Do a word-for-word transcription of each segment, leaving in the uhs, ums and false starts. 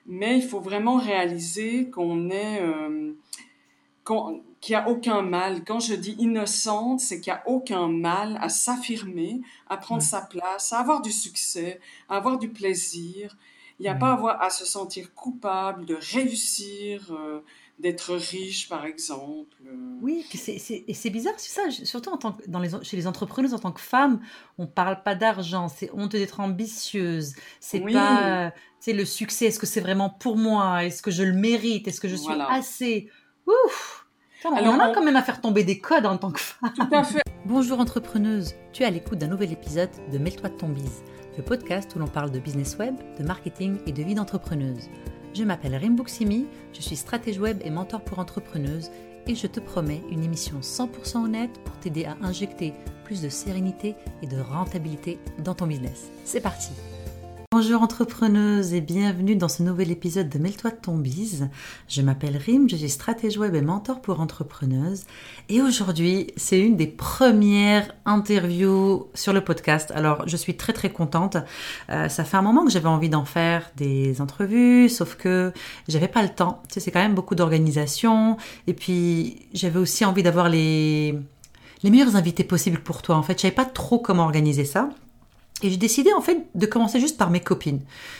mais il faut vraiment réaliser qu'on est, euh, qu'on- qu'il n'y a aucun mal. Quand je dis innocente, c'est qu'il n'y a aucun mal à s'affirmer, à prendre Ouais, sa place, à avoir du succès, à avoir du plaisir. Il n'y a pas à, ouais. avoir, à se sentir coupable de réussir, euh, d'être riche, par exemple. Euh, Oui, puis c'est c'est et c'est bizarre, c'est ça, j surtout en tant que dans les en chez les entrepreneuses en tant que femme, on parle pas d'argent, c'est honteux d'être ambitieuse, c'est oui, pas, heu, tu sais, le succès, est-ce que c'est vraiment pour moi? Est-ce que je le mérite? Est-ce que je suis voilà. assez? Ouf! Putain, on en Alors, a quand on, même à faire tomber des codes en tant que tout à femme. fait. Bonjour entrepreneuse, tu es à l'écoute d'un nouvel épisode de Mêle-toi de ton bise, le podcast où l'on parle de business web, de marketing et de vie d'entrepreneuse. Je m'appelle Rim Bouksimi, je suis stratège web et mentor pour entrepreneuses et je te promets une émission cent pour cent honnête pour t'aider à injecter plus de sérénité et de rentabilité dans ton business. C'est parti! Bonjour entrepreneuse et bienvenue dans ce nouvel épisode de Mêle-toi de ton bise. Je m'appelle Rim, je suis stratège web et mentor pour entrepreneuses et aujourd'hui c'est une des premières interviews sur le podcast. Alors je suis très très contente, Euh, ça fait un moment que j'avais envie d'en faire des entrevues sauf que j'avais pas le temps, tu sais c'est quand même beaucoup d'organisation et puis j'avais aussi envie d'avoir les, les meilleurs invités possibles pour toi en fait, je savais pas trop comment organiser ça. Et j'ai décidé en fait de commencer juste par mes copines.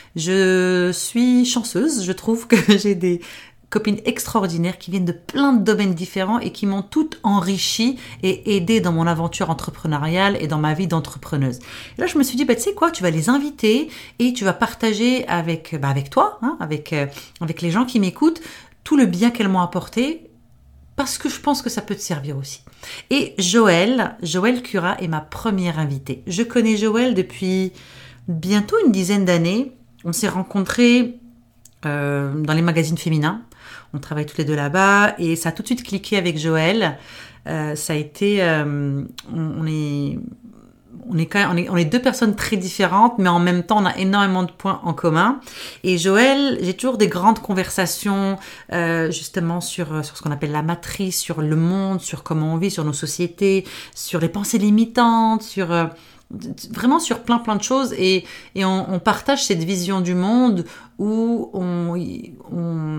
Je suis chanceuse, je trouve que j'ai des copines extraordinaires qui viennent de plein de domaines différents et qui m'ont toutes enrichie et aidée dans mon aventure entrepreneuriale et dans ma vie d'entrepreneuse. Et là, je me suis dit, bah, tu sais quoi, tu vas les inviter et tu vas partager avec, bah, avec toi, hein, avec, euh, avec les gens qui m'écoutent, tout le bien qu'elles m'ont apporté parce que je pense que ça peut te servir aussi. Et Joël, Joël Cura est ma première invitée. Je connais Joël depuis bientôt une dizaine d'années. On s'est rencontrés euh, dans les magazines féminins. On travaille tous les deux là-bas et ça a tout de suite cliqué avec Joël. Euh, ça a été, euh, on, on est, on est quand même, on est, on est deux personnes très différentes, mais en même temps, on a énormément de points en commun. Et Joël, j'ai toujours des grandes conversations, euh, justement sur sur ce qu'on appelle la matrice, sur le monde, sur comment on vit, sur nos sociétés, sur les pensées limitantes, sur euh, vraiment sur plein plein de choses. Et et on, on partage cette vision du monde où on on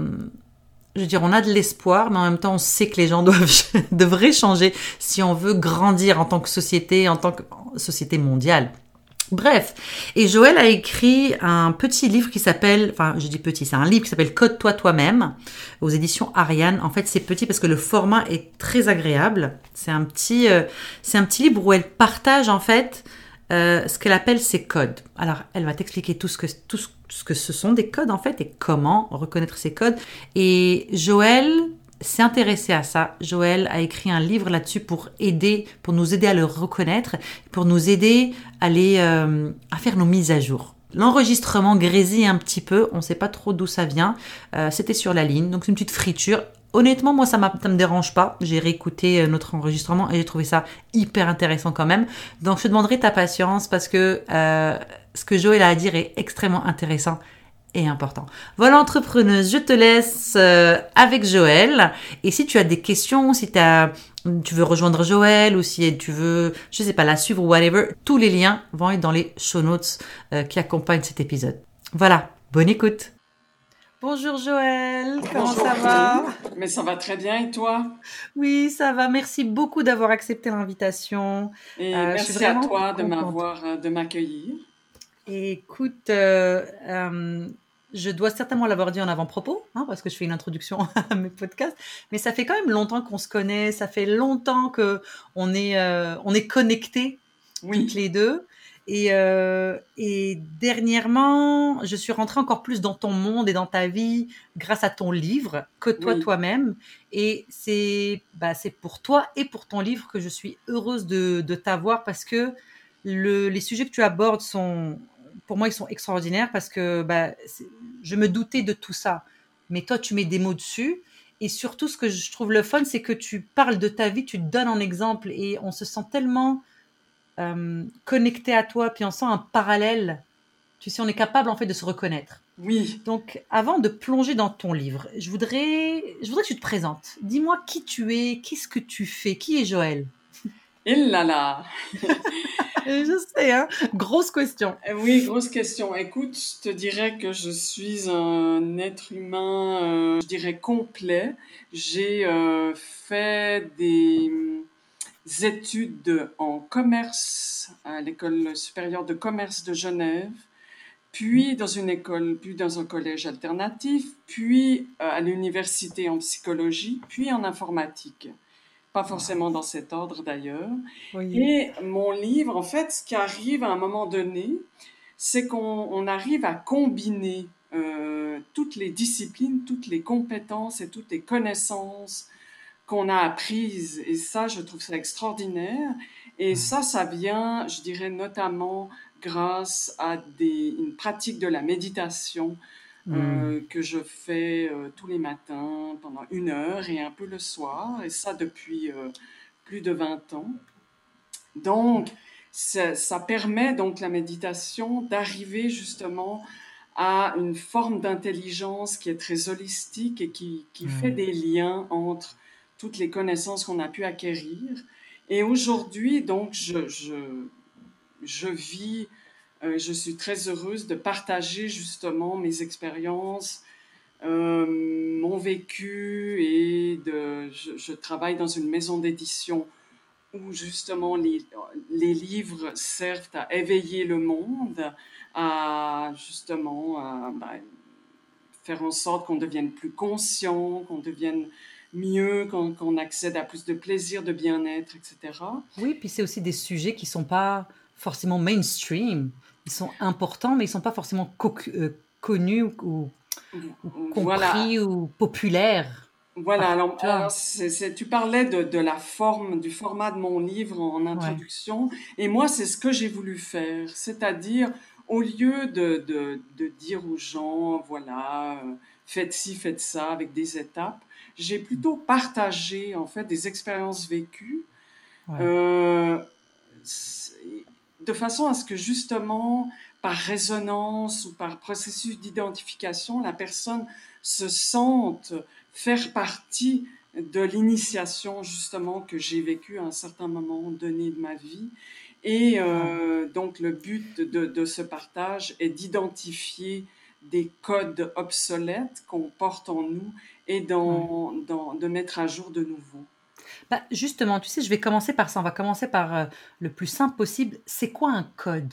je veux dire, on a de l'espoir, mais en même temps, on sait que les gens doivent, devraient changer si on veut grandir en tant que société, en tant que société mondiale. Bref, et Joël a écrit un petit livre qui s'appelle, enfin je dis petit, c'est un livre qui s'appelle Code-toi toi-même aux éditions Ariane. En fait, c'est petit parce que le format est très agréable. C'est un petit, euh, c'est un petit livre où elle partage en fait euh, ce qu'elle appelle ses codes. Alors, elle va t'expliquer tout ce que tout ce, ce que ce sont des codes en fait et comment reconnaître ces codes. Et Joël s'est intéressé à ça. Joël a écrit un livre là-dessus pour aider, pour nous aider à le reconnaître, pour nous aider à les, euh, à faire nos mises à jour. L'enregistrement grésille un petit peu, on ne sait pas trop d'où ça vient. Euh, c'était sur la ligne, donc c'est une petite friture. Honnêtement, moi, ça ne me dérange pas. J'ai réécouté notre enregistrement et j'ai trouvé ça hyper intéressant quand même. Donc, je te demanderai ta patience parce que euh, ce que Joël a à dire est extrêmement intéressant et important. Voilà, entrepreneuse, je te laisse euh, avec Joël. Et si tu as des questions, si t'as, tu veux rejoindre Joël ou si tu veux, je sais pas, la suivre ou whatever, tous les liens vont être dans les show notes euh, qui accompagnent cet épisode. Voilà, bonne écoute. Bonjour Joël, comment Bonjour ça Rim, va? mais ça va très bien et toi? Oui, ça va. Merci beaucoup d'avoir accepté l'invitation. Et Euh, je suis merci à vraiment toi de contente. m'avoir, euh, de m'accueillir. Et écoute, euh, euh, je dois certainement l'avoir dit en avant-propos, hein, parce que je fais une introduction à mes podcasts, mais ça fait quand même longtemps qu'on se connaît, ça fait longtemps que on est, euh, on est connectés toutes Oui, les deux. Et, euh, et dernièrement, je suis rentrée encore plus dans ton monde et dans ta vie grâce à ton livre, que toi oui, toi-même. Et c'est, bah, c'est pour toi et pour ton livre que je suis heureuse de, de t'avoir parce que le, les sujets que tu abordes sont, pour moi, ils sont extraordinaires parce que bah, je me doutais de tout ça. Mais toi, tu mets des mots dessus. Et surtout, ce que je trouve le fun, c'est que tu parles de ta vie, tu te donnes un exemple et on se sent tellement euh, connecté à toi, puis on sent un parallèle. Tu sais, on est capable en fait de se reconnaître. oui. Donc, avant de plonger dans ton livre, je voudrais, je voudrais que tu te présentes. Dis-moi qui tu es, qu'est-ce que tu fais, qui est Joël? Il là là. Je sais, hein. Grosse question. Euh, Oui, grosse question. Écoute, je te dirais que je suis un être humain, euh, je dirais complet. J'ai euh, fait des hum, études en commerce à l'École supérieure de commerce de Genève, puis dans une école, puis dans un collège alternatif, puis euh, à l'université en psychologie, puis en informatique. Pas Wow. forcément dans cet ordre d'ailleurs. Oui. Et mon livre, en fait, ce qui arrive à un moment donné, c'est qu'on on arrive à combiner euh, toutes les disciplines, toutes les compétences et toutes les connaissances qu'on a apprises. Et ça, je trouve ça extraordinaire. Et Ouais. ça, ça vient, je dirais, notamment grâce à des, une pratique de la méditation Hmm. euh, que je fais euh, tous les matins pendant une heure et un peu le soir. Et ça depuis euh, plus de vingt ans. Donc, ça, ça permet donc la méditation d'arriver justement à une forme d'intelligence qui est très holistique et qui, qui fait Ouais. des liens entre toutes les connaissances qu'on a pu acquérir. Et aujourd'hui, donc, je, je, je vis, euh, je suis très heureuse de partager justement mes expériences, euh, mon vécu et de, je, je travaille dans une maison d'édition où justement les, les livres servent à éveiller le monde, à justement à, ben, faire en sorte qu'on devienne plus conscient, qu'on devienne mieux, qu'on qu'on accède à plus de plaisir, de bien-être, et cetera. Oui, puis c'est aussi des sujets qui sont pas forcément mainstream. Ils sont importants, mais ils sont pas forcément co- euh, connus ou, ou- ou Voilà. compris ou populaires. Voilà, Par, alors, tu vois? alors c'est, c'est- tu parlais de, de la forme, du format de mon livre en Ouais. introduction, et moi, c'est ce que j'ai voulu faire, c'est-à-dire, au lieu de, de, de dire aux gens, voilà, euh, faites ci, faites ça, avec des étapes, j'ai plutôt partagé, en fait, des expériences vécues, Ouais. euh, de façon à ce que, justement, par résonance ou par processus d'identification, la personne se sente faire partie de l'initiation justement que j'ai vécue à un certain moment donné de ma vie. Et Wow. euh, donc le but de, de ce partage est d'identifier des codes obsolètes qu'on porte en nous et Ouais. d'en- d'en- de mettre à jour de nouveau. Bah, justement, tu sais, je vais commencer par ça. On va commencer par euh, le plus simple possible. C'est quoi un code?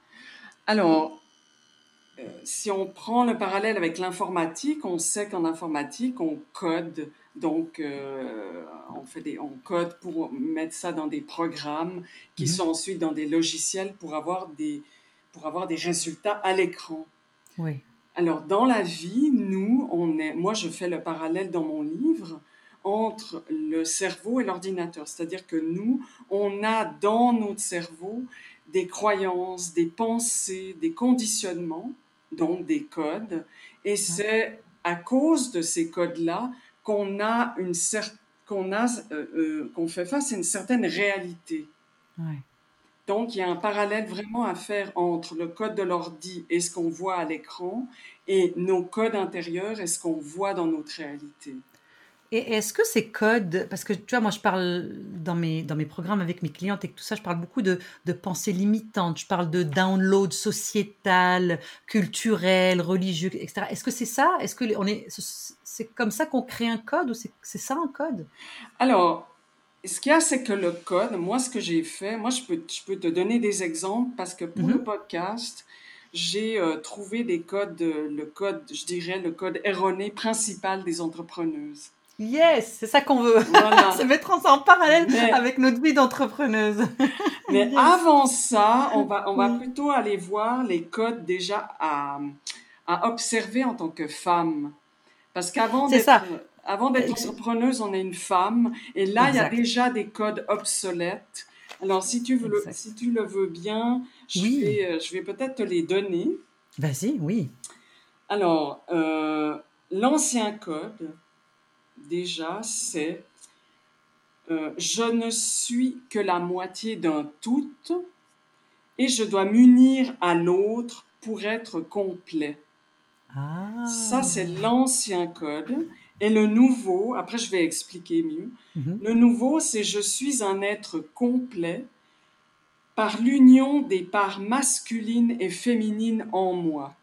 Alors, euh, si on prend le parallèle avec l'informatique, on sait qu'en informatique, on code. Donc, euh, on fait des, on code pour mettre ça dans des programmes qui Mhm. sont ensuite dans des logiciels pour avoir des, pour avoir des résultats à l'écran. Oui. Alors, dans la vie, nous, on est, moi, je fais le parallèle dans mon livre entre le cerveau et l'ordinateur. C'est-à-dire que nous, on a dans notre cerveau des croyances, des pensées, des conditionnements, donc des codes. Et Ouais. c'est à cause de ces codes-là qu'on a une cer- qu'on a, euh, euh, qu'on fait face à une certaine réalité. Ouais. Donc, il y a un parallèle vraiment à faire entre le code de l'ordi et ce qu'on voit à l'écran et nos codes intérieurs et ce qu'on voit dans notre réalité. Et est-ce que ces codes, parce que tu vois, moi je parle dans mes, dans mes programmes avec mes clientes et que tout ça, je parle beaucoup de, de pensées limitantes, je parle de download sociétal, culturel, religieux, et cetera. Est-ce que c'est ça? Est-ce que les- on est, c'est comme ça qu'on crée un code ou c'est c'est ça un code? Alors, ce qu'il y a, c'est que le code, moi, ce que j'ai fait, moi, je peux, je peux te donner des exemples parce que pour le Mhm. podcast, j'ai euh, trouvé des codes, euh, le code, je dirais, le code erroné principal des entrepreneuses. Yes, c'est ça qu'on veut. Voilà. Se mettre en parallèle Mais avec notre vie d'entrepreneuse. Mais Yes. avant ça, on va, on va Oui. plutôt aller voir les codes déjà à, à observer en tant que femme. Parce qu'avant C'est d'être, ça. avant d'être Ex- entrepreneuse, on est une femme. Et là, il y a Exact. déjà des codes obsolètes. Alors, si tu veux le, si Exact. tu le veux bien, je Oui. vais, euh, je vais peut-être te les donner. Vas-y, oui. Alors, euh, l'ancien code, déjà, c'est euh, je ne suis que la moitié d'un tout et je dois m'unir à l'autre pour être complet. Ça, c'est Ah. l'ancien code. Et le nouveau, après je vais expliquer mieux. Mhm. Le nouveau, c'est je suis un être complet par l'union des parts masculines et féminines en moi.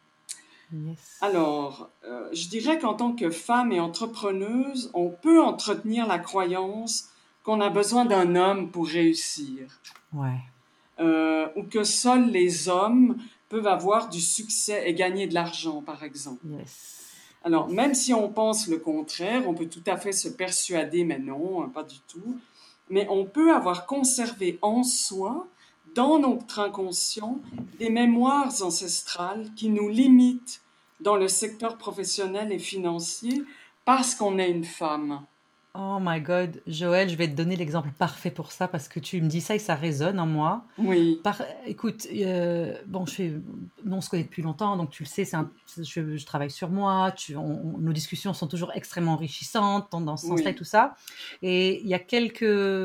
Yes. Alors, euh, je dirais qu'en tant que femme et entrepreneuse, on peut entretenir la croyance qu'on a besoin d'un homme pour réussir. Ouais. Euh, ou que seuls les hommes peuvent avoir du succès et gagner de l'argent, par exemple. Yes. Alors, Yes. même si on pense le contraire, on peut tout à fait se persuader, mais non, pas du tout. Mais on peut avoir conservé en soi, dans notre inconscient, des mémoires ancestrales qui nous limitent dans le secteur professionnel et financier parce qu'on est une femme. Oh my God, Joël, je vais te donner l'exemple parfait pour ça parce que tu me dis ça et ça résonne en moi. Oui, Par, écoute, euh, bon, je fais, nous, on se connaît depuis longtemps, donc tu le sais, c'est un, je, je travaille sur moi. Tu, on, on, nos discussions sont toujours extrêmement enrichissantes dans, dans ce sens-là et oui, tout ça. Et il y a quelques,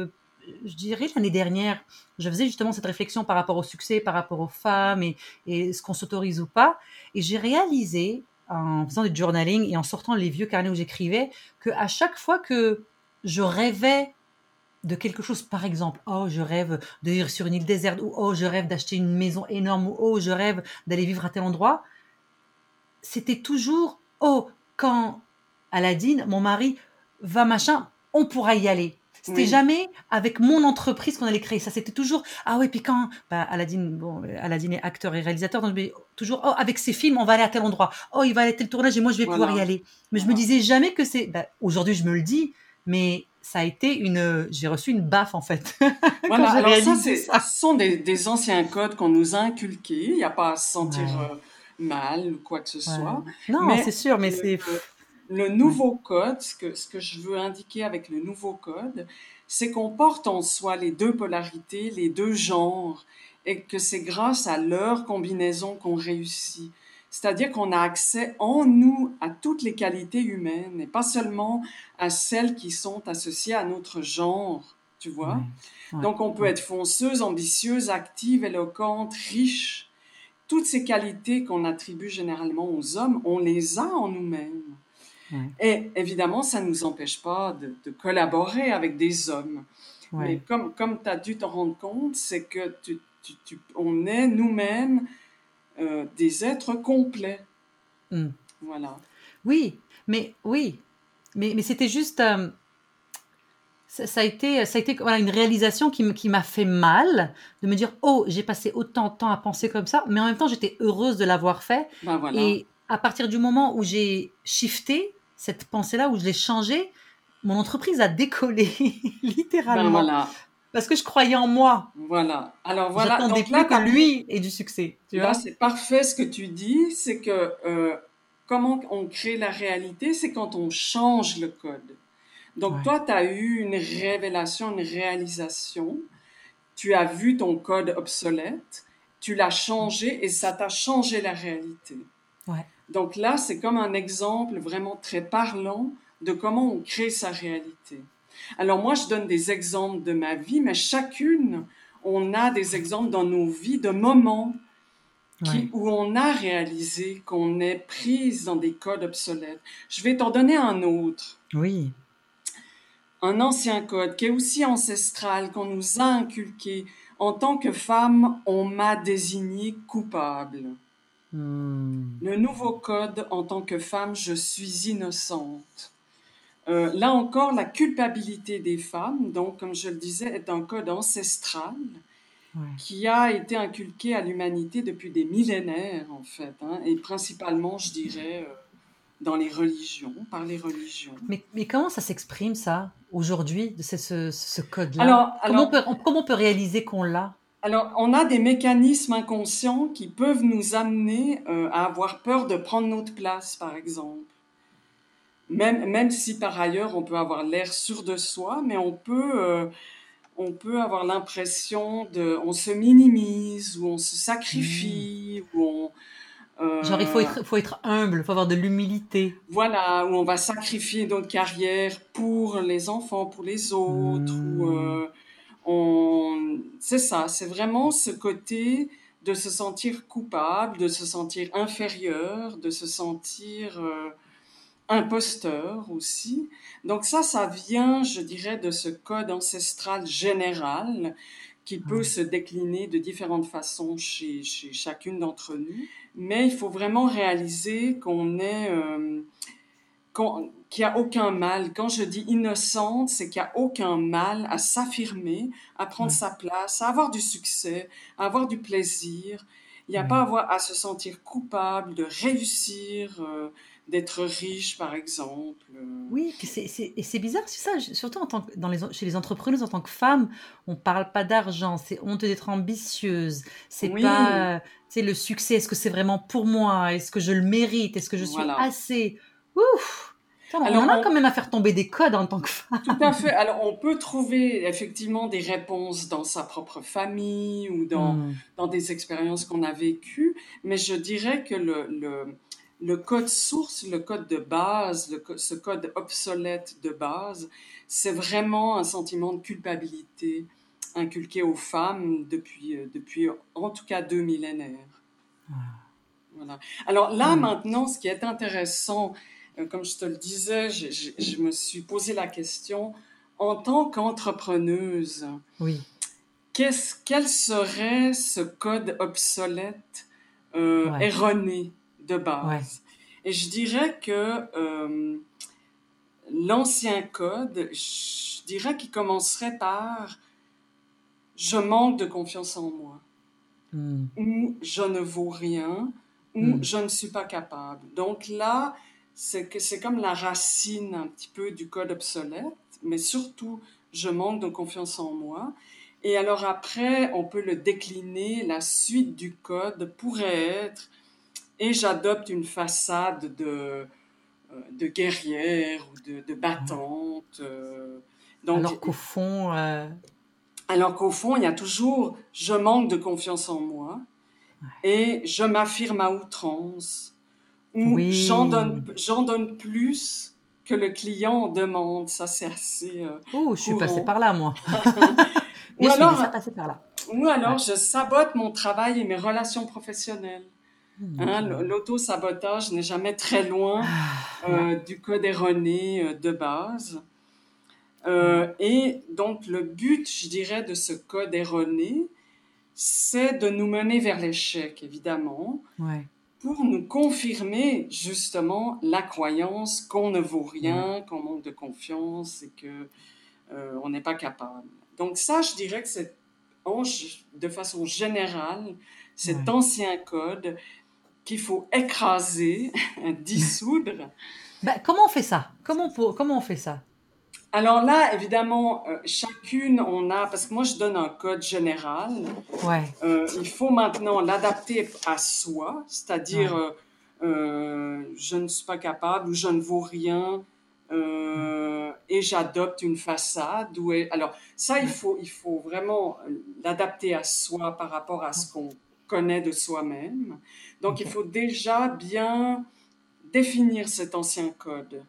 je dirais l'année dernière, je faisais justement cette réflexion par rapport au succès, par rapport aux femmes et, et ce qu'on s'autorise ou pas. Et j'ai réalisé en faisant du journaling et en sortant les vieux carnets où j'écrivais que à chaque fois que je rêvais de quelque chose, par exemple, oh, je rêve de vivre sur une île déserte, ou oh, je rêve d'acheter une maison énorme, ou oh, je rêve d'aller vivre à tel endroit, c'était toujours, oh, quand Aladine, mon mari, va machin, on pourra y aller. C'était oui. jamais avec mon entreprise qu'on allait créer ça. C'était toujours, ah ouais, puis quand, bah, Aladine, bon, Aladine est acteur et réalisateur, donc je me dis toujours, oh, avec ses films, on va aller à tel endroit. Oh, il va aller à tel tournage et moi, je vais pouvoir y Voilà, aller. Mais je me voilà. disais jamais que c'est, bah, aujourd'hui, je me le dis, mais ça a été une, j'ai reçu une baffe, en fait, quand Voilà, j'ai alors ça, réalisé c'est, ça. ce sont des, des anciens codes qu'on nous a inculqués. Il n'y a pas à se sentir Ouais, euh, mal ou quoi que ce ouais. soit. Non, c'est Mais sûr, mais le, c'est, le ouais, nouveau code, ce que, ce que je veux indiquer avec le nouveau code, c'est qu'on porte en soi les deux polarités, les deux genres, et que c'est grâce à leur combinaison qu'on réussit. C'est-à-dire qu'on a accès en nous à toutes les qualités humaines, et pas seulement à celles qui sont associées à notre genre, tu vois. ouais, ouais, Donc on peut ouais, être fonceuse, ambitieuse, active, éloquente, riche. Toutes ces qualités qu'on attribue généralement aux hommes, on les a en nous-mêmes. ouais, Et évidemment, ça ne nous empêche pas de, de collaborer avec des hommes. Mais ouais. comme, comme tu as dû te rendre compte, c'est que tu, tu, tu, on est nous-mêmes euh, des êtres complets. Hmm. Voilà. Oui, mais oui, mais, mais c'était juste, euh, ça, ça a été, ça a été voilà, une réalisation qui, m- qui m'a fait mal, de me dire, oh, j'ai passé autant de temps à penser comme ça, mais en même temps, j'étais heureuse de l'avoir fait. Ben voilà. Et à partir du moment où j'ai shifté cette pensée-là, où je l'ai changée, mon entreprise a décollé, Ben littéralement, voilà. parce que je croyais en moi. Voilà. Alors voilà. J'attendais Donc là, plus tu que as bien. lui ait du succès, tu Là, vois? c'est parfait ce que tu dis. C'est que euh, comment on crée la réalité, c'est quand on change le code. Donc Ouais, toi, tu as eu une révélation, une réalisation. Tu as vu ton code obsolète, tu l'as changé et ça t'a changé la réalité. ouais, Donc là, c'est comme un exemple vraiment très parlant de comment on crée sa réalité. Alors moi, je donne des exemples de ma vie, mais chacune, on a des exemples dans nos vies de moments qui, ouais. où on a réalisé qu'on est prise dans des codes obsolètes. Je vais t'en donner un autre. Oui. Un ancien code qui est aussi ancestral, qu'on nous a inculqué. En tant que femme, on m'a désignée coupable. Hmm. Le nouveau code, en tant que femme, je suis innocente. Euh, là encore, la culpabilité des femmes, donc comme je le disais, est un code ancestral Ouais. qui a été inculqué à l'humanité depuis des millénaires, en fait, hein, et principalement, je dirais, euh, dans les religions, par les religions. Mais, mais comment ça s'exprime, ça, aujourd'hui, de ce, ce, ce code-là? Alors, Comment on alors, peut, on- comment on peut réaliser qu'on l'a? Alors, on a des mécanismes inconscients qui peuvent nous amener euh, à avoir peur de prendre notre place, par exemple. Même, même si par ailleurs on peut avoir l'air sûr de soi, mais on peut, euh, on peut avoir l'impression de, on se minimise ou on se Hmm. sacrifie ou on, Genre, il faut euh, être, faut être humble, il faut avoir de l'humilité. voilà, où on va sacrifier notre carrière pour les enfants, pour les autres, ou Hmm. euh, on, c'est ça, c'est vraiment ce côté de se sentir coupable, de se sentir inférieur, de se sentir euh, imposteur aussi. Donc ça, ça vient, je dirais, de ce code ancestral général qui peut se décliner de différentes façons chez, chez chacune d'entre nous. Mais il faut vraiment réaliser qu'on est... Euh, qu'on, qu'il n'y a aucun mal. Quand je dis innocente, c'est qu'il n'y a aucun mal à s'affirmer, à prendre Ouais. sa place, à avoir du succès, à avoir du plaisir. Il n'y a Ouais. pas à, avoir, à se sentir coupable de réussir, euh, d'être riche, par exemple. Oui, puis c'est, c'est, et c'est bizarre, c'est ça, surtout en tant que, dans les, chez les entrepreneuses en tant que femme, on parle pas d'argent, c'est honteux d'être ambitieuse, c'est Oui, pas, tu sais, le succès, est-ce que c'est vraiment pour moi, est-ce que je le mérite, est-ce que je suis voilà. assez, ouf, putain, on en Alors, a quand on, même à faire tomber des codes en tant que tout à femme. fait. Alors, on peut trouver effectivement des réponses dans sa propre famille ou dans, Hmm, dans des expériences qu'on a vécues, mais je dirais que le, le, le code source, le code de base, le, co- ce code obsolète de base, c'est vraiment un sentiment de culpabilité inculqué aux femmes depuis, euh, depuis en tout cas deux millénaires. Voilà. Alors là, hmm, maintenant, ce qui est intéressant, euh, comme je te le disais, je, je- je me suis posé la question, en tant qu'entrepreneuse, oui, qu'est-ce, quel serait ce code obsolète, euh, ouais, erroné de ouais, base? Et je dirais que euh, l'ancien code, je dirais qu'il commencerait par je manque de confiance en moi, hmm, ou je ne vaux rien, ou hmm, je ne suis pas capable. Donc là, c'est que c'est comme la racine un petit peu du code obsolète, mais surtout, je manque de confiance en moi. Et alors après, on peut le décliner, la suite du code pourrait être, et j'adopte une façade de, euh, de guerrière ou de, de ouais. battante. euh. Donc, Alors qu'au fond, euh, alors qu'au fond, il y a toujours, je manque de confiance en moi. Et je m'affirme à outrance, ou j'en donne, oui, j'en donne plus que le client en demande. Ça, c'est assez euh, oh, je suis passée courant. par là, moi. Ou Je suis déjà alors, passée par là. ou Ouais. alors, je sabote mon travail et mes relations professionnelles. Oh mon Hein, Dieu. l'auto-sabotage n'est jamais très loin Ah, yeah, euh, du code erroné euh, de base. ouais, Euh, et donc, le but, je dirais, de ce code erroné, c'est de nous mener vers l'échec, évidemment, ouais, pour nous confirmer justement la croyance qu'on ne vaut ouais. rien, qu'on manque de confiance et que euh, on n'est pas capable. Donc ça, je dirais que c'est en- de façon générale cet Ouais. ancien code qu'il faut écraser, dissoudre. Bah, comment on fait ça? Comment, pour, comment on fait ça? Alors là, évidemment, euh, chacune, on a, parce que moi je donne un code général, Ouais, euh, il faut maintenant l'adapter à soi, c'est-à-dire ouais, euh, euh, je ne suis pas capable ou je ne vaux rien ouais, euh, et j'adopte une façade. Où est... Alors ça, il ouais. faut, il faut vraiment l'adapter à soi par rapport à ce qu'on connaît de soi-même. Donc il Ok. faut déjà bien définir cet ancien code.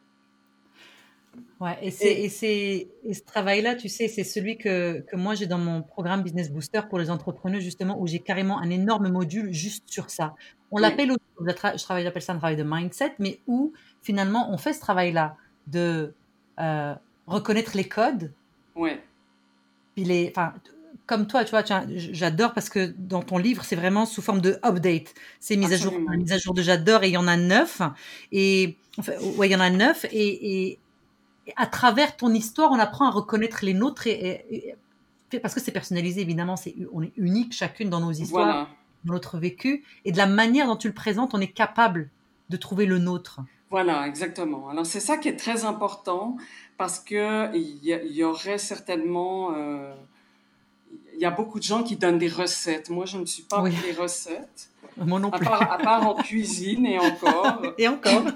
Ouais, et c'est, et Et c'est, et ce travail-là, tu sais, c'est celui que, que moi j'ai dans mon programme Business Booster pour les entrepreneurs, justement, où j'ai carrément un énorme module juste sur ça. On oui, l'appelle, aussi- je tra- je travaille, j'appelle ça un travail de mindset, mais où finalement on fait ce travail-là de euh, reconnaître les codes. oui, Puis les, enfin, comme toi, tu vois, tu as- j'adore parce que dans ton livre, c'est vraiment sous forme de update. C'est mise à jour, absolument. mise à jour de j'adore et il y en a neuf. Et, enfin, ouais, il y en a neuf. Et, et, et à travers ton histoire, on apprend à reconnaître les nôtres. Et, et- et- parce que c'est personnalisé, évidemment, c'est, on est unique chacune dans nos histoires, Voilà. dans notre vécu. Et de la manière dont tu le présentes, on est capable de trouver le nôtre. Voilà, exactement. Alors c'est ça qui est très important parce que il y, a- il y aurait certainement, euh, il y a beaucoup de gens qui donnent des recettes. Moi, je ne suis pas Oui, pour les recettes, moi non à plus. part, à part en cuisine et encore. Et encore.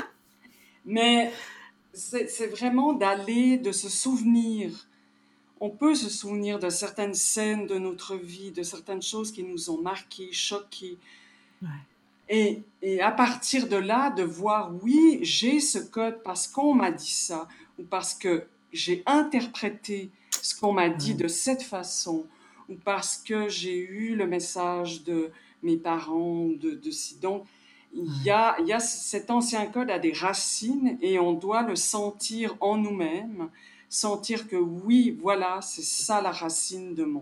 Mais c'est c'est vraiment d'aller, de se souvenir. On peut se souvenir de certaines scènes de notre vie, de certaines choses qui nous ont marqués, choqués. Ouais, Et, et à partir de là, de voir, oui, j'ai ce code parce qu'on m'a dit ça, ou parce que j'ai interprété ce qu'on m'a dit ouais, de cette façon, ou parce que j'ai eu le message de mes parents, ou de, de ci. Donc, il y ouais. a, il y a cet ancien code a des racines et on doit le sentir en nous-mêmes, sentir que oui, voilà, c'est ça la racine de mon,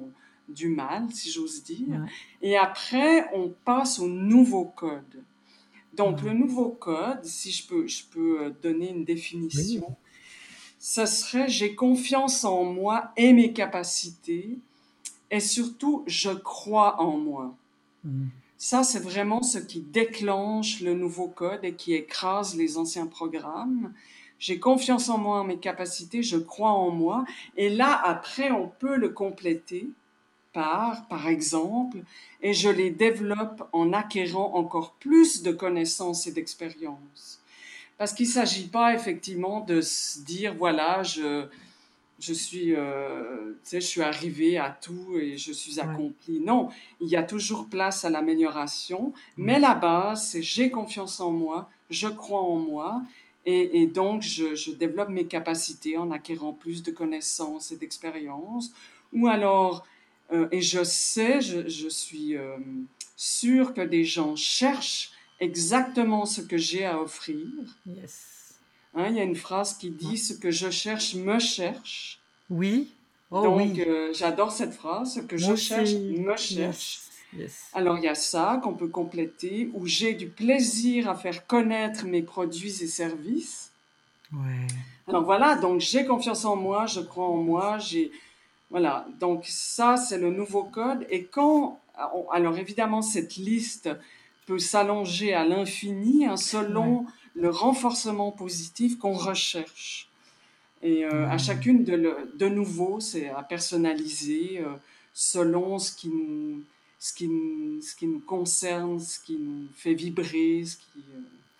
du mal, si j'ose dire. Ouais. Et après, on passe au nouveau code. Donc, Ouais. le nouveau code, si je peux, je peux donner une Oui. définition, ce serait j'ai confiance en moi et mes capacités, et surtout, je crois en moi. Mm. Ça, c'est vraiment ce qui déclenche le nouveau code et qui écrase les anciens programmes. J'ai confiance en moi, en mes capacités, je crois en moi. Et là, après, on peut le compléter par, par exemple, et je les développe en acquérant encore plus de connaissances et d'expériences. Parce qu'il ne s'agit pas effectivement de se dire, voilà, je, je suis, euh, tu sais, je suis arrivé à tout et je suis Ouais. accompli. Non, il y a toujours place à l'amélioration, Ouais. mais la base, c'est j'ai confiance en moi, je crois en moi, et, et donc je, je développe mes capacités en acquérant plus de connaissances et d'expériences. Ou alors, euh, et je sais, je, je suis euh, sûre que des gens cherchent exactement ce que j'ai à offrir. Yes. Hein, il y a une phrase qui Ouais. dit ce que je cherche me cherche. Oui. Oh Donc, oui. euh, j'adore cette phrase, ce que Moi je cherche aussi. me cherche. Yes. Yes. Alors, il y a ça qu'on peut compléter, où j'ai du plaisir à faire connaître mes produits et services. Ouais. Alors voilà, donc j'ai confiance en moi, je crois en moi, j'ai voilà. Donc ça, c'est le nouveau code. Et quand, alors évidemment, cette liste peut s'allonger à l'infini, hein, Ouais. selon le renforcement positif qu'on recherche. Et euh, à Ouais. chacune, de, le, de nouveau, c'est à personnaliser euh, selon ce qui, nous, ce, qui nous, ce qui nous concerne, ce qui nous fait vibrer. Ce qui, euh...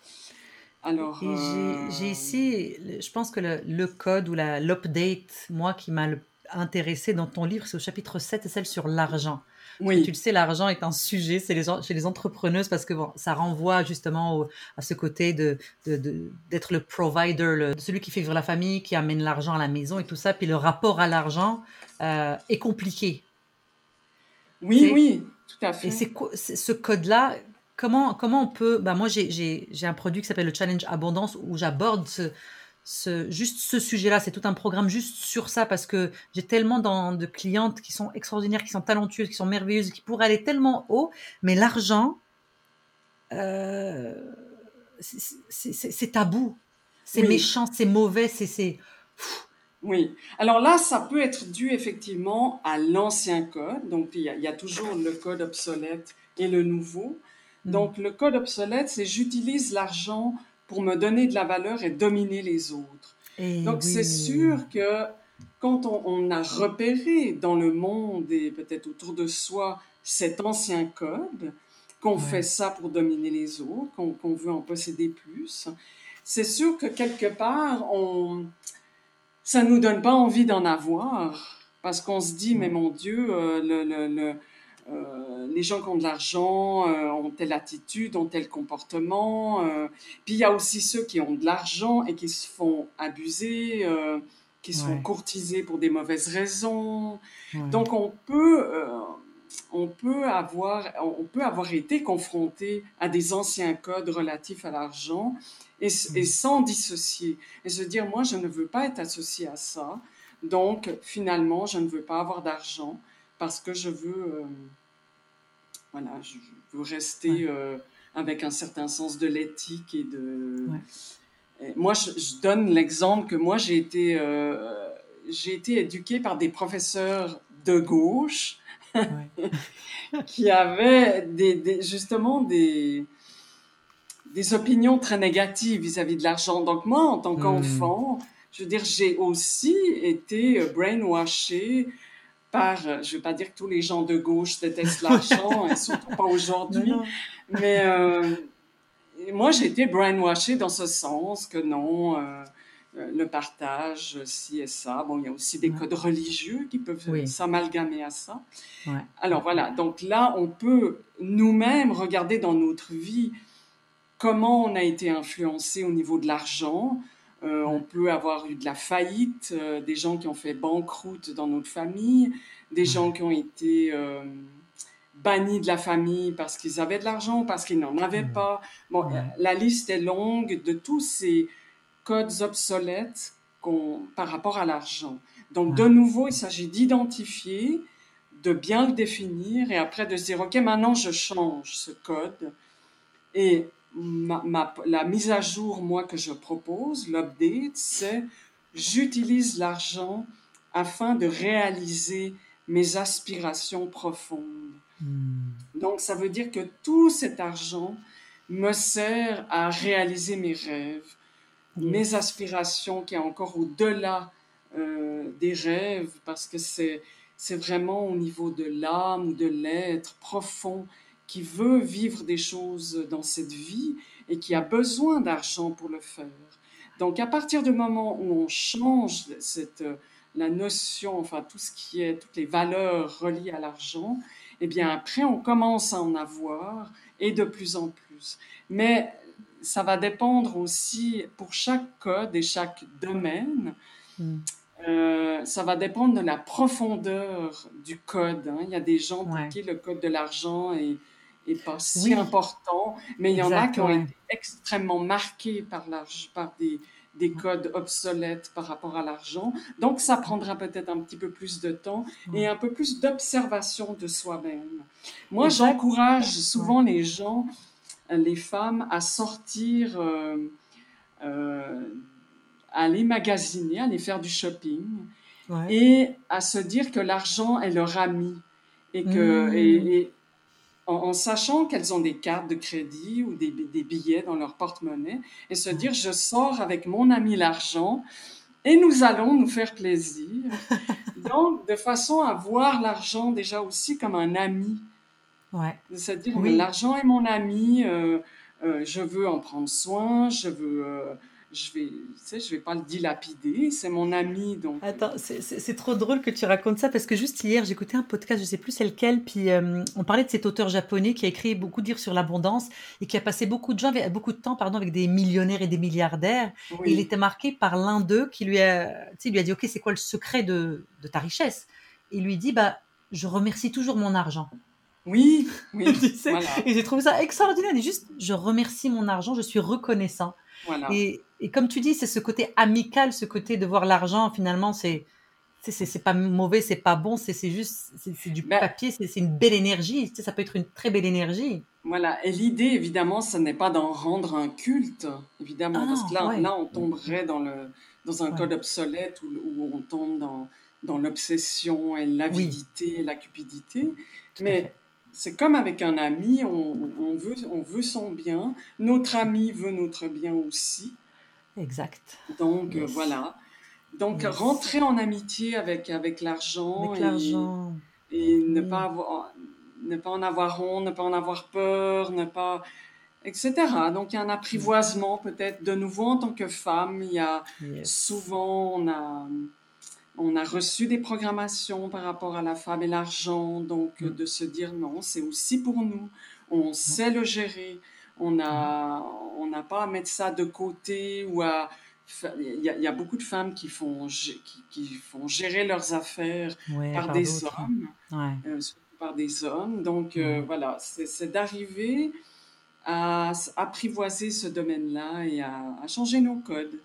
Alors, Et j'ai j'ai euh... ici, le- je pense que le, le code ou la, l'update, moi, qui m'a le- intéressé dans ton livre, c'est au chapitre sept, c'est celle sur l'argent. Parce que tu oui, le sais, l'argent est un sujet c'est les, en- chez les entrepreneuses parce que bon, ça renvoie justement au- à ce côté de, de, de- d'être le provider, le- celui qui fait vivre la famille, qui amène l'argent à la maison et tout ça. Puis le rapport à l'argent euh, est compliqué. Tu oui, sais. oui, tout à Et fait. c'est quoi, c'est- ce code-là, comment, comment on peut... Bah moi, j'ai, j'ai, j'ai un produit qui s'appelle le Challenge Abondance où j'aborde ce, ce, juste ce sujet-là. C'est tout un programme juste sur ça parce que j'ai tellement dans, de clientes qui sont extraordinaires, qui sont talentueuses, qui sont merveilleuses, qui pourraient aller tellement haut. Mais l'argent, euh, c'est, c'est- c'est- c'est tabou. C'est Oui, méchant, c'est mauvais, c'est... c'est... oui. Alors là, ça peut être dû effectivement à l'ancien code. Donc, il y a, il y a toujours le code obsolète et le nouveau. Hmm. Donc, le code obsolète, c'est j'utilise l'argent pour me donner de la valeur et dominer les autres. Et Donc, c'est oui, sûr que quand on, on a repéré dans le monde et peut-être autour de soi cet ancien code, qu'on fait ouais. ça pour dominer les autres, qu'on qu'on veut en posséder plus, c'est sûr que quelque part, on, ça nous donne pas envie d'en avoir parce qu'on se dit, mais Ouais. mon Dieu, euh, le, le, le, euh, les gens qui ont de l'argent euh, ont telle attitude, ont tel comportement. Euh. Puis il y a aussi ceux qui ont de l'argent et qui se font abuser, euh, qui se font Ouais. courtiser pour des mauvaises raisons. Ouais. Donc on peut, euh, on peut avoir, on peut avoir été confronté à des anciens codes relatifs à l'argent et, et Hmm. sans dissocier et se dire, moi, je ne veux pas être associé à ça. Donc, finalement, je ne veux pas avoir d'argent parce que je veux, euh, voilà, je veux Ouais. rester euh, avec un certain sens de l'éthique et de. Ouais. Et moi, je, je donne l'exemple que moi, j'ai été, euh, j'ai été éduquée par des professeurs de gauche Ouais. qui avaient des, des, justement des, des opinions très négatives vis-à-vis de l'argent. Donc moi, en tant Hmm. qu'enfant, je veux dire, j'ai aussi été brainwashée par, je ne vais pas dire que tous les gens de gauche détestent l'argent, et surtout pas Non, aujourd'hui, non. mais euh, moi, j'ai été brainwashée dans ce sens que non, euh, le partage, ci et ça. Bon, il y a aussi des Ouais. codes religieux qui peuvent Oui. s'amalgamer à ça. Ouais. Alors Ouais. voilà, donc là, on peut nous-mêmes regarder dans notre vie comment on a été influencé au niveau de l'argent. Euh, on Ouais. peut avoir eu de la faillite, euh, des gens qui ont fait banqueroute dans notre famille, des gens Ouais. qui ont été euh, bannis de la famille parce qu'ils avaient de l'argent, parce qu'ils n'en avaient Hmm. pas. Bon, euh, Ouais. la liste est longue de tous ces codes obsolètes qu'on, par rapport à l'argent. Donc, de Ouais. nouveau, il s'agit d'identifier, de bien le définir et après de se dire, OK, maintenant je change ce code. Et ma, ma, la mise à jour, moi, que je propose, l'update, c'est j'utilise l'argent afin de réaliser mes aspirations profondes. Mm. Donc, ça veut dire que tout cet argent me sert à réaliser mes rêves, Yes. mes aspirations qui est encore au-delà euh, des rêves, parce que c'est, c'est vraiment au niveau de l'âme ou de l'être profond qui veut vivre des choses dans cette vie et qui a besoin d'argent pour le faire. Donc, à partir du moment où on change cette, la notion, enfin tout ce qui est, toutes les valeurs reliées à l'argent, eh bien après, on commence à en avoir et de plus en plus. Mais ça va dépendre aussi pour chaque code et chaque domaine. Mm. Euh, ça va dépendre de la profondeur du code. Hein. Il y a des gens pour Ouais. qui le code de l'argent est, est pas si Oui. important, mais il y en a Exact, qui ont ouais. été extrêmement marqués par, l'argent, par des, des codes obsolètes par rapport à l'argent. Donc, ça prendra peut-être un petit peu plus de temps et Ouais. un peu plus d'observation de soi-même. Moi, Exact. j'encourage souvent Ouais. les gens, les femmes, à sortir, euh, euh, à aller magasiner, à aller faire du shopping Ouais. et à se dire que l'argent est leur ami et que Mm. et, et en, en sachant qu'elles ont des cartes de crédit ou des, des billets dans leur porte-monnaie et se dire je sors avec mon ami l'argent et nous allons nous faire plaisir. Donc, de façon à voir l'argent déjà aussi comme un ami. Ouais. De se dire, Oui. l'argent est mon ami, euh, euh, je veux en prendre soin, je veux, euh, je vais, tu sais, je vais pas le dilapider, c'est mon ami, donc. euh, Attends, c'est, c'est- c'est trop drôle que tu racontes ça parce que juste hier, j'écoutais un podcast, je sais plus c'est lequel, puis euh, on parlait de cet auteur japonais qui a écrit beaucoup de livres sur l'abondance et qui a passé beaucoup de gens, avec- beaucoup de temps, pardon, avec des millionnaires et des milliardaires. Et il oui, était marqué par l'un d'eux qui lui a, tu sais, il lui a dit, OK, c'est quoi le secret de, de ta richesse? Et il lui dit, bah, je remercie toujours mon argent. oui, oui, Tu sais, voilà, et j'ai trouvé ça extraordinaire. Il dit juste, je remercie mon argent, je suis reconnaissant. voilà. Et, et comme tu dis, c'est ce côté amical, ce côté de voir l'argent, finalement, c'est c'est, c'est, c'est pas mauvais, c'est pas bon, c'est, c'est juste, c'est, c'est du Ben, papier, c'est, c'est une belle énergie. Tu sais, ça peut être une très belle énergie. voilà. Et l'idée, évidemment, ce n'est pas d'en rendre un culte, Ah évidemment, parce que non, là, ouais, là, on tomberait dans le, dans un ouais, code obsolète où, où on tombe dans, dans l'obsession et oui, l'avidité et la cupidité. tout à Mais fait. c'est comme avec un ami, on, on veut, on veut son bien, notre ami veut notre bien aussi. Exact. Donc, euh, Yes, voilà. Donc, yes. rentrer en amitié avec, avec l'argent Avec et, l'argent, et ne pas oui. avoir, ne pas en avoir honte, ne pas en avoir peur, ne pas, et cetera. Donc, il y a un Mm. apprivoisement peut-être de nouveau en tant que femme. Il y a Yes. souvent, on a, on a reçu des programmations par rapport à la femme et l'argent. Donc, Mm. de se dire non, c'est aussi pour nous. On Ouais, sait le gérer. On ouais, a, on n'a pas à mettre ça de côté ou à. Il y, a, il y a beaucoup de femmes qui font, qui, qui font gérer leurs affaires ouais, par par des d'autres. hommes, Ouais. euh, surtout par des hommes. Donc, euh, Mm. voilà, c'est c'est d'arriver à apprivoiser ce domaine-là et à, à changer nos codes.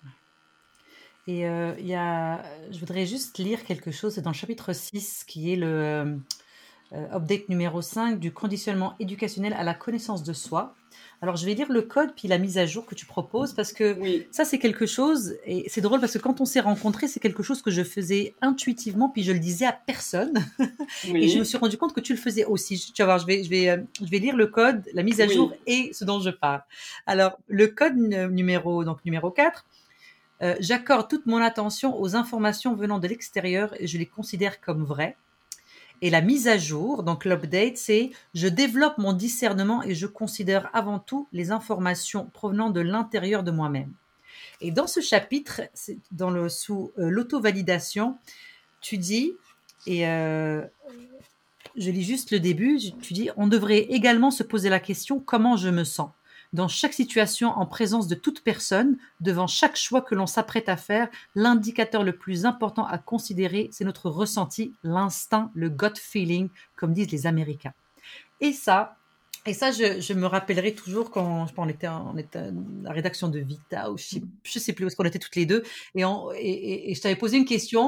Et euh, il y a, je voudrais juste lire quelque chose dans le chapitre six qui est le euh, euh, update numéro cinq du conditionnement éducationnel à la connaissance de soi. Alors, je vais lire le code puis la mise à jour que tu proposes parce que Oui, ça, c'est quelque chose, et c'est drôle parce que quand on s'est rencontrés, c'est quelque chose que je faisais intuitivement puis je le disais à personne. Et je me oui, suis rendu compte que tu le faisais aussi. Tu vas voir, je vais, je vais, euh, je vais lire le code, la mise à jour oui, et ce dont je parle. Alors, le code n- numéro, donc numéro quatre. Euh, j'accorde toute mon attention aux informations venant de l'extérieur et je les considère comme vraies. Et la mise à jour, donc l'update, c'est je développe mon discernement et je considère avant tout les informations provenant de l'intérieur de moi-même. Et dans ce chapitre, c'est dans le sous euh, l'auto-validation, tu dis, et euh, je lis juste le début, tu dis on devrait également se poser la question comment je me sens dans chaque situation en présence de toute personne, devant chaque choix que l'on s'apprête à faire, l'indicateur le plus important à considérer, c'est notre ressenti, l'instinct, le gut feeling, comme disent les Américains. Et ça, et ça, je, je me rappellerai toujours quand je pense, on était, on était à la rédaction de Vita ou je sais, je sais plus où est-ce qu'on était toutes les deux, et, on, et, et, et je t'avais posé une question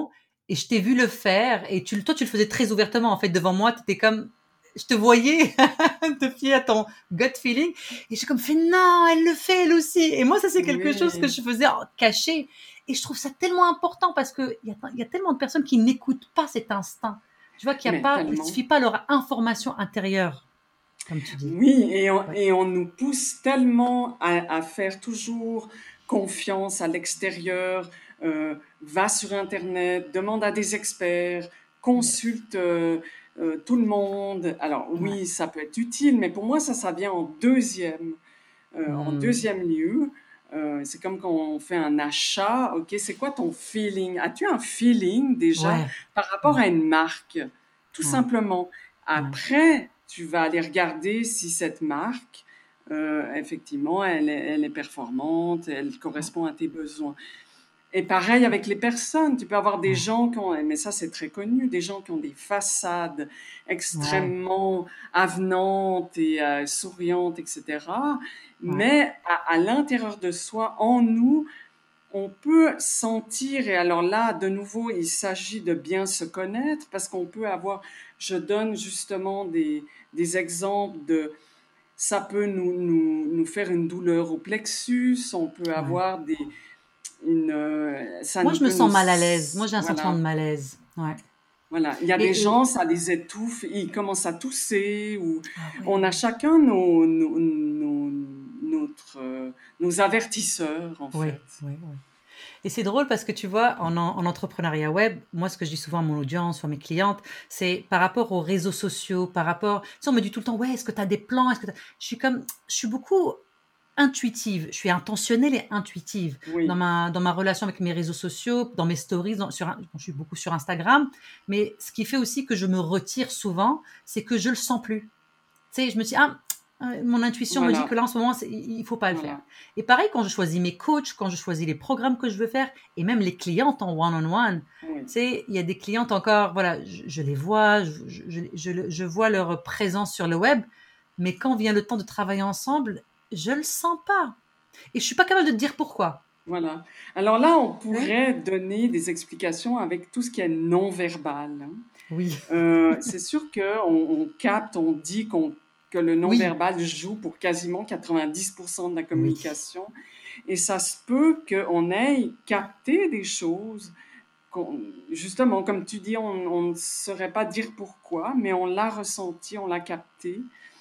et je t'ai vu le faire, et tu, toi, tu le faisais très ouvertement, en fait, devant moi, tu étais comme, je te voyais te fier à ton gut feeling, et j'ai comme fait, non, elle le fait, elle aussi. Et moi, ça, c'est quelque chose que Oui, je faisais en caché. Et je trouve ça tellement important parce que il y a, il y a tellement de personnes qui n'écoutent pas cet instinct. Tu vois qu'il y a mais pas, il tellement. suffit pas leur information intérieure, comme tu dis. Oui, et on, Ouais. et on nous pousse tellement à, à faire toujours confiance à l'extérieur. Euh, va sur Internet, demande à des experts, Yes. consulte euh, euh, tout le monde. Alors Ouais. oui, ça peut être utile, mais pour moi, ça, ça vient en deuxième, euh, en Hmm. deuxième lieu. Euh, c'est comme quand on fait un achat. Ok, c'est quoi ton feeling? As-tu un feeling déjà Ouais. par rapport Ouais. à une marque? Tout Ouais. simplement. Ouais. Après, tu vas aller regarder si cette marque, euh, effectivement, elle est, elle est performante, elle Ouais. correspond à tes besoins. Et pareil avec les personnes, tu peux avoir des Ouais. gens qui ont, mais ça c'est très connu, des gens qui ont des façades Ouais. extrêmement avenantes et euh, souriantes, et cetera. Ouais. Mais à, à l'intérieur de soi, en nous, on peut sentir, et alors là, de nouveau, il s'agit de bien se connaître, parce qu'on peut avoir, je donne justement des, des exemples de, ça peut nous, nous, nous faire une douleur au plexus, on peut Ouais. avoir des, une, euh, ça Moi, nous je me peut nous, sens mal à l'aise. Moi, j'ai un sentiment de voilà, malaise. Ouais. voilà. Il y a des Et, et- gens, ça les étouffe, ils commencent à tousser, ou ah on a ouais. chacun nos, nos, nos, notre, euh, nos avertisseurs, en Ouais. fait. Ouais. Ouais. Et c'est drôle parce que tu vois, en, en, en entrepreneuriat web, moi, ce que je dis souvent à mon audience ou à mes clientes, c'est par rapport aux réseaux sociaux, par rapport, tu sais, on me dit tout le temps, ouais, est-ce que tu as des plans? Est-ce que t'as- je suis comme, je suis beaucoup intuitive, je suis intentionnelle et intuitive dans Oui, ma, dans ma relation avec mes réseaux sociaux, dans mes stories, dans, sur, je suis beaucoup sur Instagram, mais ce qui fait aussi que je me retire souvent, c'est que je le sens plus. Tu sais, je me dis, ah, euh, mon intuition me dit que voilà, là, en ce moment, c'est, il faut pas le faire. voilà. Et pareil, quand je choisis mes coachs, quand je choisis les programmes que je veux faire, et même les clientes en one-on-one, Oui, tu sais, il y a des clientes encore, voilà, je, je les vois, je, je, je, je vois leur présence sur le web, mais quand vient le temps de travailler ensemble, je le sens pas. Et je suis pas capable de te dire pourquoi. voilà. Alors là, on Hein. pourrait donner des explications avec tout ce qui est non-verbal, hein. Oui, Euh, c'est sûr qu'on on capte, on dit qu'on, que le oui, non-verbal joue pour quasiment quatre-vingt-dix pour cent de la oui. communication. Et ça se peut qu'on ait capté des choses, qu'on- justement, comme tu dis, on on ne saurait pas dire pourquoi, mais on l'a ressenti, on l'a capté.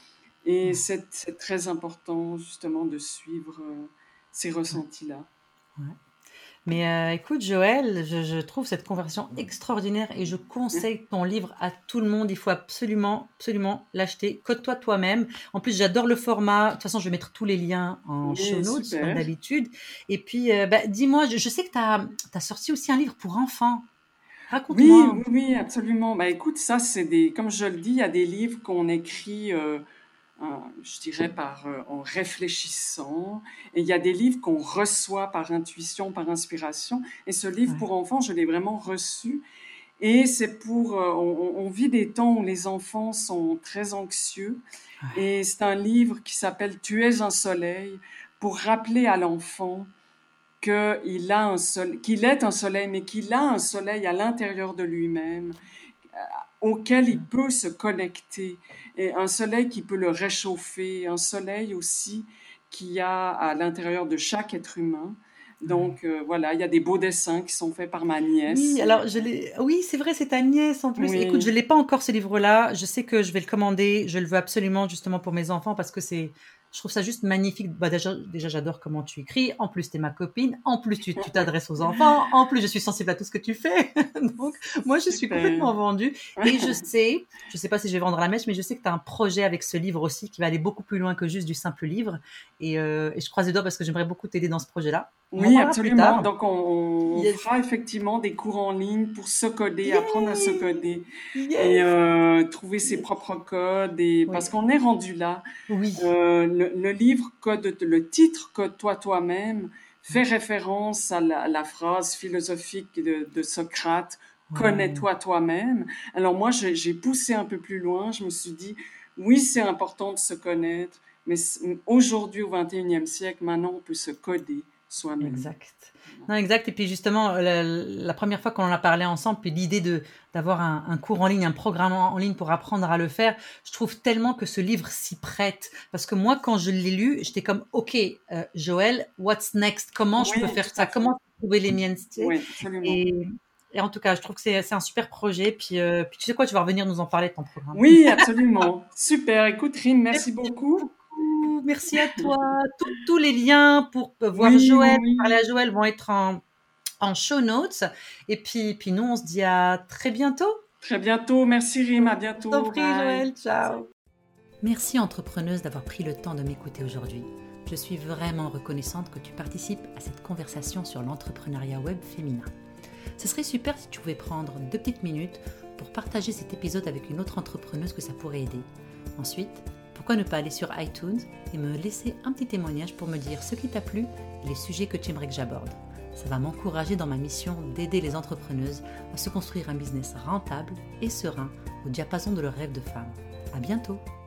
Et Ouais, c'est c'est très important, justement, de suivre euh, ces ouais, ressentis-là. ouais. Mais euh, écoute, Joël, je, je trouve cette conversation extraordinaire et je conseille ton livre à tout le monde. Il faut absolument, absolument l'acheter. Code-toi toi-même. En plus, j'adore le format. De toute façon, je vais mettre tous les liens en show Oui, notes, comme super. d'habitude. Et puis, euh, bah, dis-moi, je, je sais que tu as sorti aussi un livre pour enfants. Oui, Raconte-moi. oui, oui, absolument. Bah, écoute, ça, c'est des, comme je le dis, il y a des livres qu'on écrit, euh, en- je dirais, par, euh, en réfléchissant. Et il y a des livres qu'on reçoit par intuition, par inspiration. Et ce livre Ouais, pour enfants, je l'ai vraiment reçu. Et c'est pour, euh, on, on vit des temps où les enfants sont très anxieux. ouais, Et c'est un livre qui s'appelle Tu es un soleil pour rappeler à l'enfant qu'il a un soleil, qu'il est un soleil, mais qu'il a un soleil à l'intérieur de lui-même auquel il peut se connecter, et un soleil qui peut le réchauffer, un soleil aussi qui a à l'intérieur de chaque être humain. ouais. Donc euh, voilà, il y a des beaux dessins qui sont faits par ma nièce. Oui, Et, alors je l'ai. Oui, c'est vrai, c'est ta nièce en plus. Écoute, je oui, l'ai pas encore ce livre-là. Je sais que je vais le commander. Je le veux absolument justement pour mes enfants parce que c'est. Je trouve ça juste magnifique. Bah déjà, déjà j'adore comment tu écris. En plus, tu es ma copine. En plus, tu tu t'adresses aux enfants. En plus, je suis sensible à tout ce que tu fais. Donc, moi, je suis super. complètement vendue. Et je sais, je sais pas si je vais vendre la mèche, mais je sais que tu as un projet avec ce livre aussi qui va aller beaucoup plus loin que juste du simple livre. Et, euh, et je croise les doigts parce que j'aimerais beaucoup t'aider dans ce projet-là. On en Oui, parlera plus absolument. tard. Donc, on, on Yes. fera effectivement des cours en ligne pour se coder, apprendre à se Yay! coder et Yes! euh, trouver ses Yes. propres codes. Et parce Oui, qu'on est rendu là. oui, Euh, le, le livre Code, le titre Code-toi toi-même fait référence à la, à la phrase philosophique de, de Socrate, ouais, Connais-toi toi-même. Alors moi, j'ai j'ai poussé un peu plus loin. Je me suis dit, oui, c'est important de se connaître, mais c- aujourd'hui, au vingt et unième siècle, maintenant, on peut se coder. soi-même. Exact. Non, exact. Et puis justement, la, la première fois qu'on en a parlé ensemble, puis l'idée de, d'avoir un, un cours en ligne, un programme en ligne pour apprendre à le faire, je trouve tellement que ce livre s'y prête. Parce que moi, quand je l'ai lu, j'étais comme, OK, euh, Joël, what's next? Comment Oui, je peux faire tout ça? à fait. Comment trouver les miennes? Oui, absolument. Et, et en tout cas, je trouve que c'est, c'est un super projet. Puis, euh, puis tu sais quoi, tu vas revenir nous en parler de ton programme. Oui, absolument. Super. Écoute, Rim, merci beaucoup. Merci à toi. Tous, tous les liens pour voir Oui, Joël, oui. parler à Joël vont être en, en show notes. Et puis, puis nous, on se dit à très bientôt. Très bientôt. Merci Rim, à bientôt. Je t'en prie, Bye. Joël. Ciao. Merci entrepreneuse d'avoir pris le temps de m'écouter aujourd'hui. Je suis vraiment reconnaissante que tu participes à cette conversation sur l'entrepreneuriat web féminin. Ce serait super si tu pouvais prendre deux petites minutes pour partager cet épisode avec une autre entrepreneuse que ça pourrait aider. Ensuite, pourquoi ne pas aller sur iTunes et me laisser un petit témoignage pour me dire ce qui t'a plu et les sujets que tu aimerais que j'aborde. Ça va m'encourager dans ma mission d'aider les entrepreneuses à se construire un business rentable et serein au diapason de leurs rêves de femmes. À bientôt!